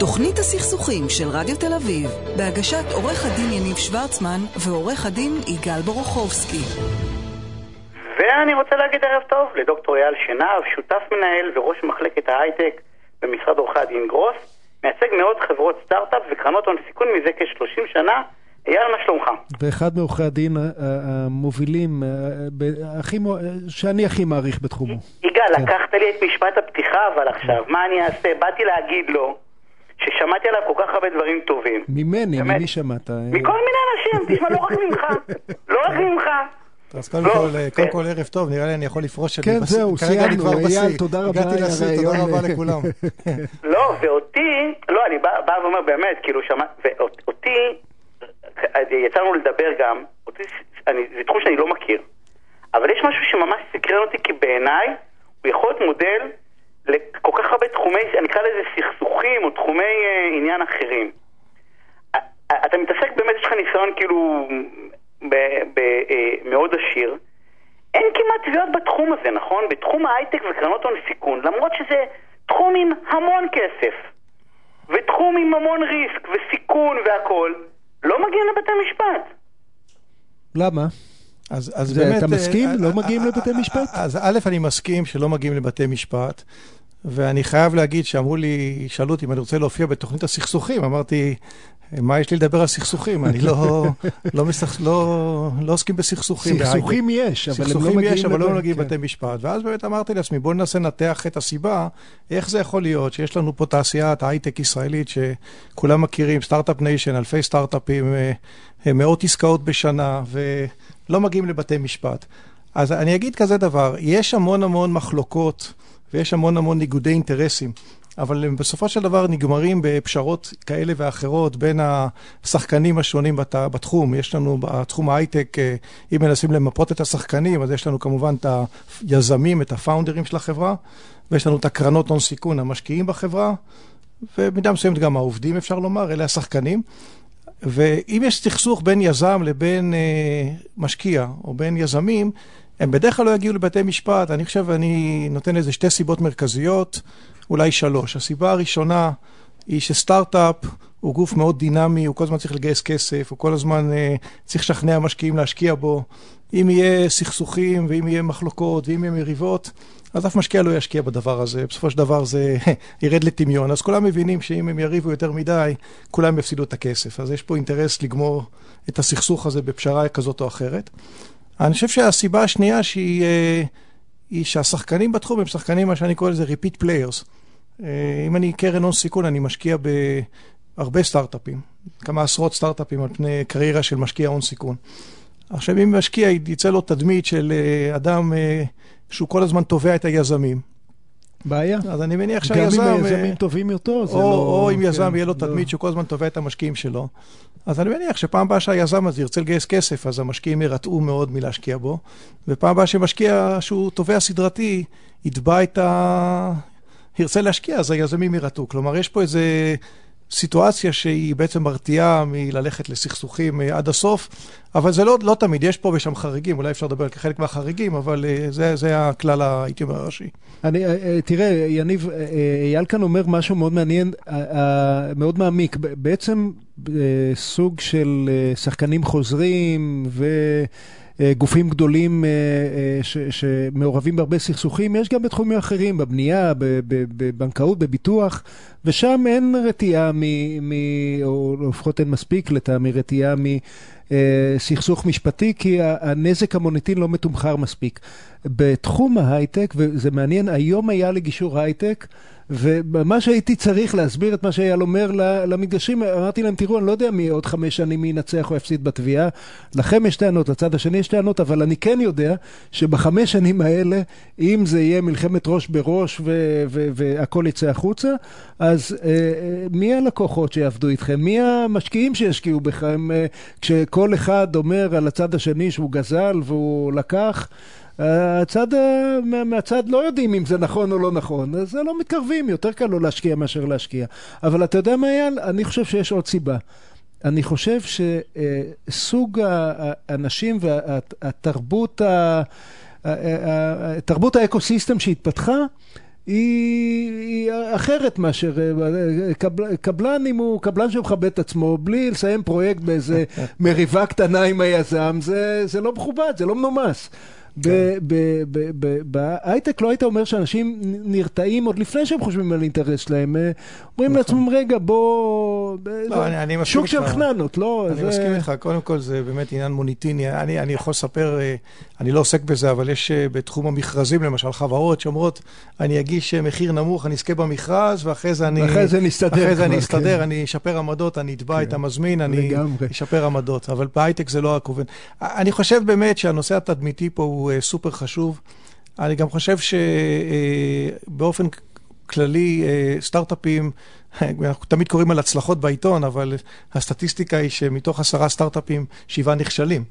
תוכנית הסכסוכים של רדיו תל אביב, בהגשת עורך הדין יניב שוורצמן ועורך הדין יגאל בורוכובסקי. ואני רוצה להגיד ערב טוב לדוקטור אייל שנהב, שותף מנהל וראש מחלקת ההייטק במשרד עורכי הדין גרוס, מייצג מאות חברות סטארט-אפ וקרנות הון סיכון מזה כ-30 שנה. אייל, מה שלומך? ואחד מעורכי הדין המובילים שאני הכי מעריך בתחומו. יגאל, לקחת לי את משפט הפתיחה, אבל עכשיו, מה אני אעשה? באתי להגיד לו ששמעתי עליו כל כך הרבה דברים טובים. ממני, ממי שמעת? מכל מיני אנשים, תשמע, לא רק ממך. לא רק ממך. אז קודם כל ערב טוב, נראה לי אני יכול לפרוש. כן, זהו, סיימנו, אייל, תודה רבה. הגעתי לשיא, תודה רבה לכולם. לא, ואותי, לא, אני בא ואומר באמת, כאילו, ואותי, יצאנו לדבר גם, זה תחום שאני לא מכיר, אבל יש משהו שממש סקרן אותי, כי בעיניי הוא יכול להיות מודל לכל כך הרבה תחומי, אני אקרא לזה סכסוכים או תחומי עניין אחרים. אתה מתעסק באמת, יש לך ניסיון כאילו מאוד עשיר. אין כמעט תביעות בתחום הזה, נכון? בתחום ההייטק וקרנות הון סיכון, למרות שזה תחום עם המון כסף ותחום עם המון ריסק וסיכון והכל, לא מגיעים לבתי משפט. למה? אז באמת, אתה מסכים? לא מגיעים לבתי משפט? אז א', אני מסכים שלא מגיעים לבתי משפט, ואני חייב להגיד שאמרו לי, שאלו אותי אם אני רוצה להופיע בתוכנית הסכסוכים, אמרתי, מה יש לי לדבר על סכסוכים? אני לא עוסקים בסכסוכים. סכסוכים יש, אבל לא מגיעים לבתי משפט. ואז באמת אמרתי לעצמי, בואו ננסה לנתח את הסיבה, איך זה יכול להיות שיש לנו פה תעשיית ההייטק ישראלית שכולם מכירים, סטארט-אפ ניישן, אלפי סטארט-אפים, מאות עסקאות בשנה, ולא מגיעים לבתי משפט. אז אני אגיד כזה דבר, יש המון מחלוקות, ויש המון ניגודי אינטרסים, אבל בסופו של דבר נגמרים בפשרות כאלה ואחרות בין השחקנים השונים בתחום. יש לנו בתחום ההייטק, אם מנסים למפות את השחקנים, אז יש לנו כמובן את היזמים, את הפאונדרים של החברה, ויש לנו את הקרנות הון סיכון, המשקיעים בחברה, ובמידה מסוימת גם העובדים, אפשר לומר, אלה השחקנים. ואם יש סכסוך בין יזם לבין משקיע, או בין יזמים, הם בדרך כלל לא יגיעו לבתי משפט. אני חושב, אני נותן איזה 2 סיבות מרכזיות, אולי 3. הסיבה הראשונה היא שסטארט-אפ הוא גוף מאוד דינמי, הוא כל הזמן צריך לגייס כסף, הוא כל הזמן צריך לשכנע משקיעים להשקיע בו. אם יהיה סכסוכים, ואם יהיה מחלוקות, ואם יהיה מריבות, אז אף משקיע לא ישקיע בדבר הזה. בסופו של דבר זה ירד לטמיון. אז כולם מבינים שאם הם יריבו יותר מדי, כולם יפסידו את הכסף. אז יש פה אינטרס לגמור את הסכסוך הזה בפשרה כזאת או אחרת. אני חושב שהסיבה השנייה היא שהשחקנים בתחום הם שחקנים, מה שאני קורא לזה repeat players. אם אני קרן הון סיכון, אני משקיע בהרבה סטארט-אפים, כמה עשרות סטארט-אפים על פני קריירה של משקיע הון סיכון. עכשיו, אם משקיע יצא לו תדמית של אדם שהוא כל הזמן תובע את היזמים. בעיה. אז אני מניח שהיזם... גם אם היזמים טובים יותר, או אם יזם יהיה לו תדמית שהוא כל הזמן תובע את המשקיעים שלו. אז אני מניח שפעם הבאה שהיזם הזה ירצה לגייס כסף, אז המשקיעים ירתעו מאוד מלהשקיע בו. ופעם הבאה שמשקיע שהוא תובע סדרתי, ירצה להשקיע, אז היזמים ירתעו. כלומר, יש פה איזה סיטואציה שהיא בעצם מרתיעה מללכת לסכסוכים עד הסוף, אבל זה לא תמיד, יש פה ושם חריגים, אולי אפשר לדבר כחלק מהחריגים, אבל זה הכלל, הייתי אומר, ראשי. תראה, יניב, אייל כאן אומר משהו מאוד מעניין, מאוד מעמיק, בעצם סוג של שחקנים חוזרים גופים גדולים שמעורבים בהרבה סכסוכים, יש גם בתחומים אחרים, בבנייה, בבנקאות, בביטוח, ושם אין רתיעה או לפחות אין מספיק לטעמי רתיעה מסכסוך משפטי, כי הנזק המוניטין לא מתומחר מספיק. בתחום ההייטק, וזה מעניין, היום היה לגישור הייטק, ומה שהייתי צריך להסביר את מה שאייל אומר למתגשרים, אמרתי להם, תראו, אני לא יודע עוד 5 שנים מי ינצח או יפסיד בתביעה, לכם יש טענות, לצד השני יש טענות, אבל אני כן יודע שב5 שנים האלה, אם זה יהיה מלחמת ראש בראש והכל יצא החוצה, אז מי הלקוחות שיעבדו איתכם? מי המשקיעים שישקיעו בכם? כשכל אחד אומר על הצד השני שהוא גזל והוא לקח, מהצד לא יודעים אם זה נכון או לא נכון, אז זה לא מתקרבים, יותר קל לא להשקיע מאשר להשקיע. אבל אתה יודע מה, אייל? אני חושב שיש עוד סיבה. אני חושב שסוג האנשים והתרבות האקוסיסטם שהתפתחה, היא אחרת מאשר קבלן, אם הוא קבלן שמכבד את עצמו, בלי לסיים פרויקט באיזה מריבה קטנה עם היזם, זה לא מכובד, זה לא מנומס. בהייטק לא היית אומר שאנשים נרתעים עוד לפני שהם חושבים על אינטרס שלהם, אומרים לעצמם רגע בוא, שוק של חננות, לא? אני מסכים איתך, קודם כל זה באמת עניין מוניטיני, אני יכול לספר, אני לא עוסק בזה, אבל יש בתחום המכרזים למשל חברות שאומרות, אני אגיש מחיר נמוך, אני אזכה במכרז, ואחרי זה אני אסתדר, אני אשפר עמדות, אני אתבע את המזמין, אני אשפר עמדות, אבל בהייטק זה לא הכוון. אני חושב באמת שהנושא התדמיתי פה הוא סופר חשוב. אני גם חושב שבאופן כללי סטארט-אפים, אנחנו תמיד קוראים על הצלחות בעיתון, אבל הסטטיסטיקה היא שמתוך 10 סטארט-אפים 7 נכשלים.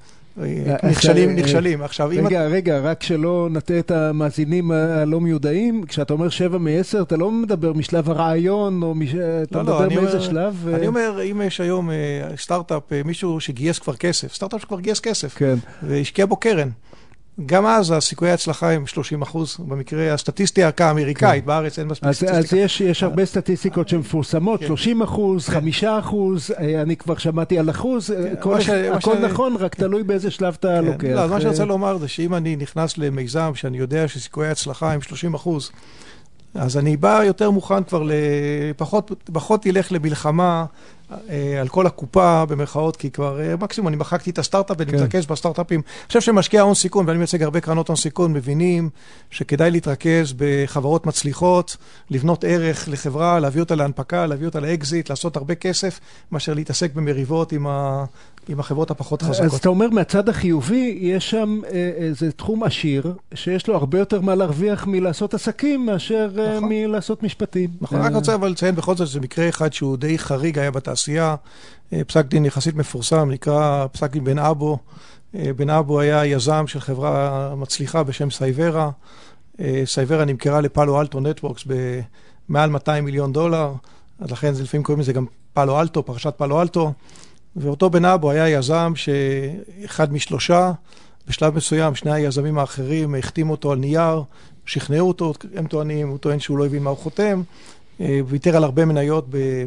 נכשלים. עכשיו, רגע, רק שלא נטה את המאזינים הלא מיודעים, כשאתה אומר 7 מ-10, אתה לא מדבר משלב הרעיון, או אתה מדבר מאיזה שלב? אני אומר, אם יש היום סטארט-אפ, מישהו שגייס כבר כסף, סטארט-אפ שכבר גייס כסף, והשקיע בו קרן, גם אז הסיכויי ההצלחה הם 30%, במקרה הסטטיסטיקה האמריקאית, בארץ אין מספיק סטטיסטיקה. אז יש הרבה סטטיסטיקות שמפורסמות, 30%, 5%, אני כבר שמעתי על אחוז, הכל נכון, רק תלוי באיזה שלב אתה לוקח. לא, מה שאני רוצה לומר זה שאם אני נכנס למיזם שאני יודע שסיכויי ההצלחה הם 30%, אז אני בא יותר מוכן כבר פחות ילך למלחמה על כל הקופה במרכאות, כי כבר מקסימום אני מחקתי את הסטארט-אפ ואני מתרכז בסטארט-אפים. אני חושב שמשקיע הון סיכון, ואני מייצג הרבה קרנות הון סיכון, מבינים שכדאי להתרכז בחברות מצליחות, לבנות ערך לחברה, להביא אותה להנפקה, להביא אותה לאקזיט, לעשות הרבה כסף, מאשר להתעסק במריבות עם החברות הפחות חזקות. אז אתה אומר, מהצד החיובי, יש שם איזה תחום עשיר, שיש לו הרבה יותר מה להרוויח מלעשות עסקים, מאשר מלעשות משפטים. נכון, רק רוצה אבל לציין בכל זאת, זה מקרה אחד שהוא די חריג היה בתעשייה, פסק דין יחסית מפורסם, נקרא פסק דין בן אבו. בן אבו היה יזם של חברה מצליחה בשם סייברה. סייברה נמכרה לפאלו אלטו נטוורקס במעל $200 מיליון, אז לכן זה לפעמים קוראים לזה גם פאלו אלטו, פרשת פאלו אלטו. ואותו בן אבו היה יזם שאחד משלושה, בשלב מסוים שני היזמים האחרים החתימו אותו על נייר, שכנעו אותו, הם טוענים, הוא טוען שהוא לא הבין מה הוא חותם, ויתר על הרבה מניות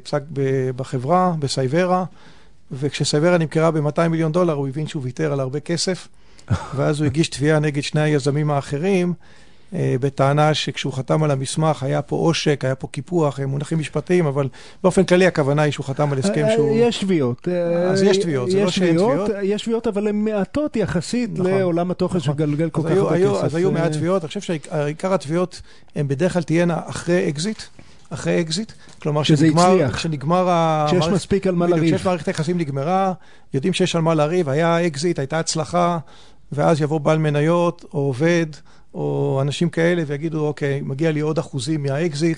בחברה, בסייברה, וכשסייברה נמכרה ב$200 מיליון, הוא הבין שהוא ויתר על הרבה כסף, ואז הוא הגיש תביעה נגד שני היזמים האחרים, בטענה שכשהוא חתם על המסמך היה פה עושק, היה פה קיפוח, מונחים משפטיים, אבל באופן כללי הכוונה היא שהוא חתם על הסכם שהוא... יש תביעות. אז יש תביעות, זה לא שאין תביעות. יש תביעות, אבל הן מעטות יחסית לעולם התוכן שגלגל כל כך הרבה כסף. אז היו מעט תביעות, אני חושב שעיקר התביעות הן בדרך כלל תהיינה אחרי אקזיט, כלומר שנגמר שיש מספיק על מה לריב. כשיש מערכת היחסים נגמרה, יודעים שיש על מה לריב, היה אקזיט, הייתה הצלחה, ואז יבוא בעל מניות או עובד, או אנשים כאלה ויגידו, אוקיי, מגיע לי עוד אחוזים מהאקזיט,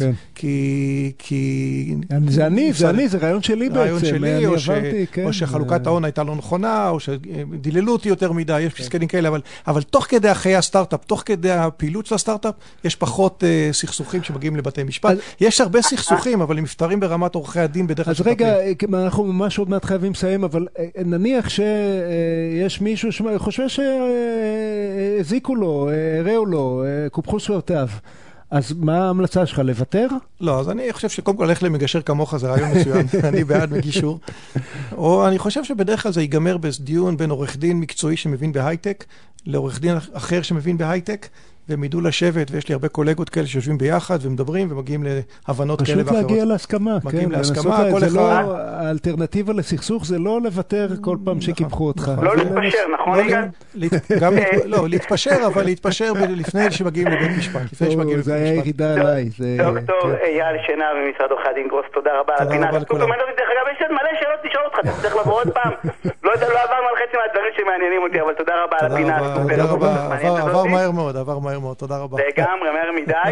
כי... זה אני, זה רעיון שלי בעצם. רעיון שלי, או שחלוקת ההון הייתה לא נכונה, או שדיללו אותי יותר מדי, יש פסקנים כאלה, אבל תוך כדי החיי הסטארט-אפ, תוך כדי הפעילות של הסטארט-אפ, יש פחות סכסוכים שמגיעים לבתי משפט. יש הרבה סכסוכים, אבל הם מפתרים ברמת עורכי הדין בדרך כלל. אז רגע, אנחנו ממש עוד מעט חייבים לסיים, אבל נניח שיש מישהו שחושב שהזיקו לו, הראו לו, קופחו זכויותיו. אז מה ההמלצה שלך, לוותר? לא, אז אני חושב שקודם כל הולך למגשר כמוך, זה רעיון מצוין, אני בעד מגישור. או אני חושב שבדרך כלל זה ייגמר בדיון בין עורך דין מקצועי שמבין בהייטק, לעורך דין אחר שמבין בהייטק, והם ידעו לשבת, ויש לי הרבה קולגות כאלה שיושבים ביחד ומדברים ומגיעים להבנות כאלה ואחרות. פשוט להגיע להסכמה. מגיעים להסכמה, כל אחד... האלטרנטיבה לסכסוך זה לא לוותר כל פעם שקיפחו אותך. לא להתפשר, נכון? לא, להתפשר, אבל להתפשר לפני שמגיעים לבית משפט. זה היה ירידה עליי. דוקטור אייל שנע ממשרד עורכי הדין גרוס, תודה רבה על הפינה. דרך אגב, יש מלא שאלות לשאול אותך, אתה צריך לבוא עוד פעם. לא עברנו על חצי מהדברים שמעניינים אותי, אבל תודה רבה על הפינה. תודה רבה, עבר מהר מאוד, תודה רבה. לגמרי, מהר מדי.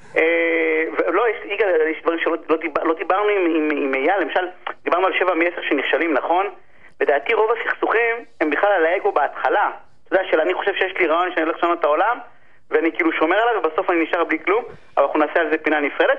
לא, יש דברים שלא דיברנו עם אייל, למשל, דיברנו על 7 מ-10 שנכשלים, נכון? לדעתי רוב הסכסוכים הם בכלל על האגו בהתחלה. אתה יודע, אני חושב שיש לי רעיון שאני הולך לשנות את העולם, ואני כאילו שומר עליו, ובסוף אני נשאר בלי כלום, אבל אנחנו נעשה על זה פינה נפרדת.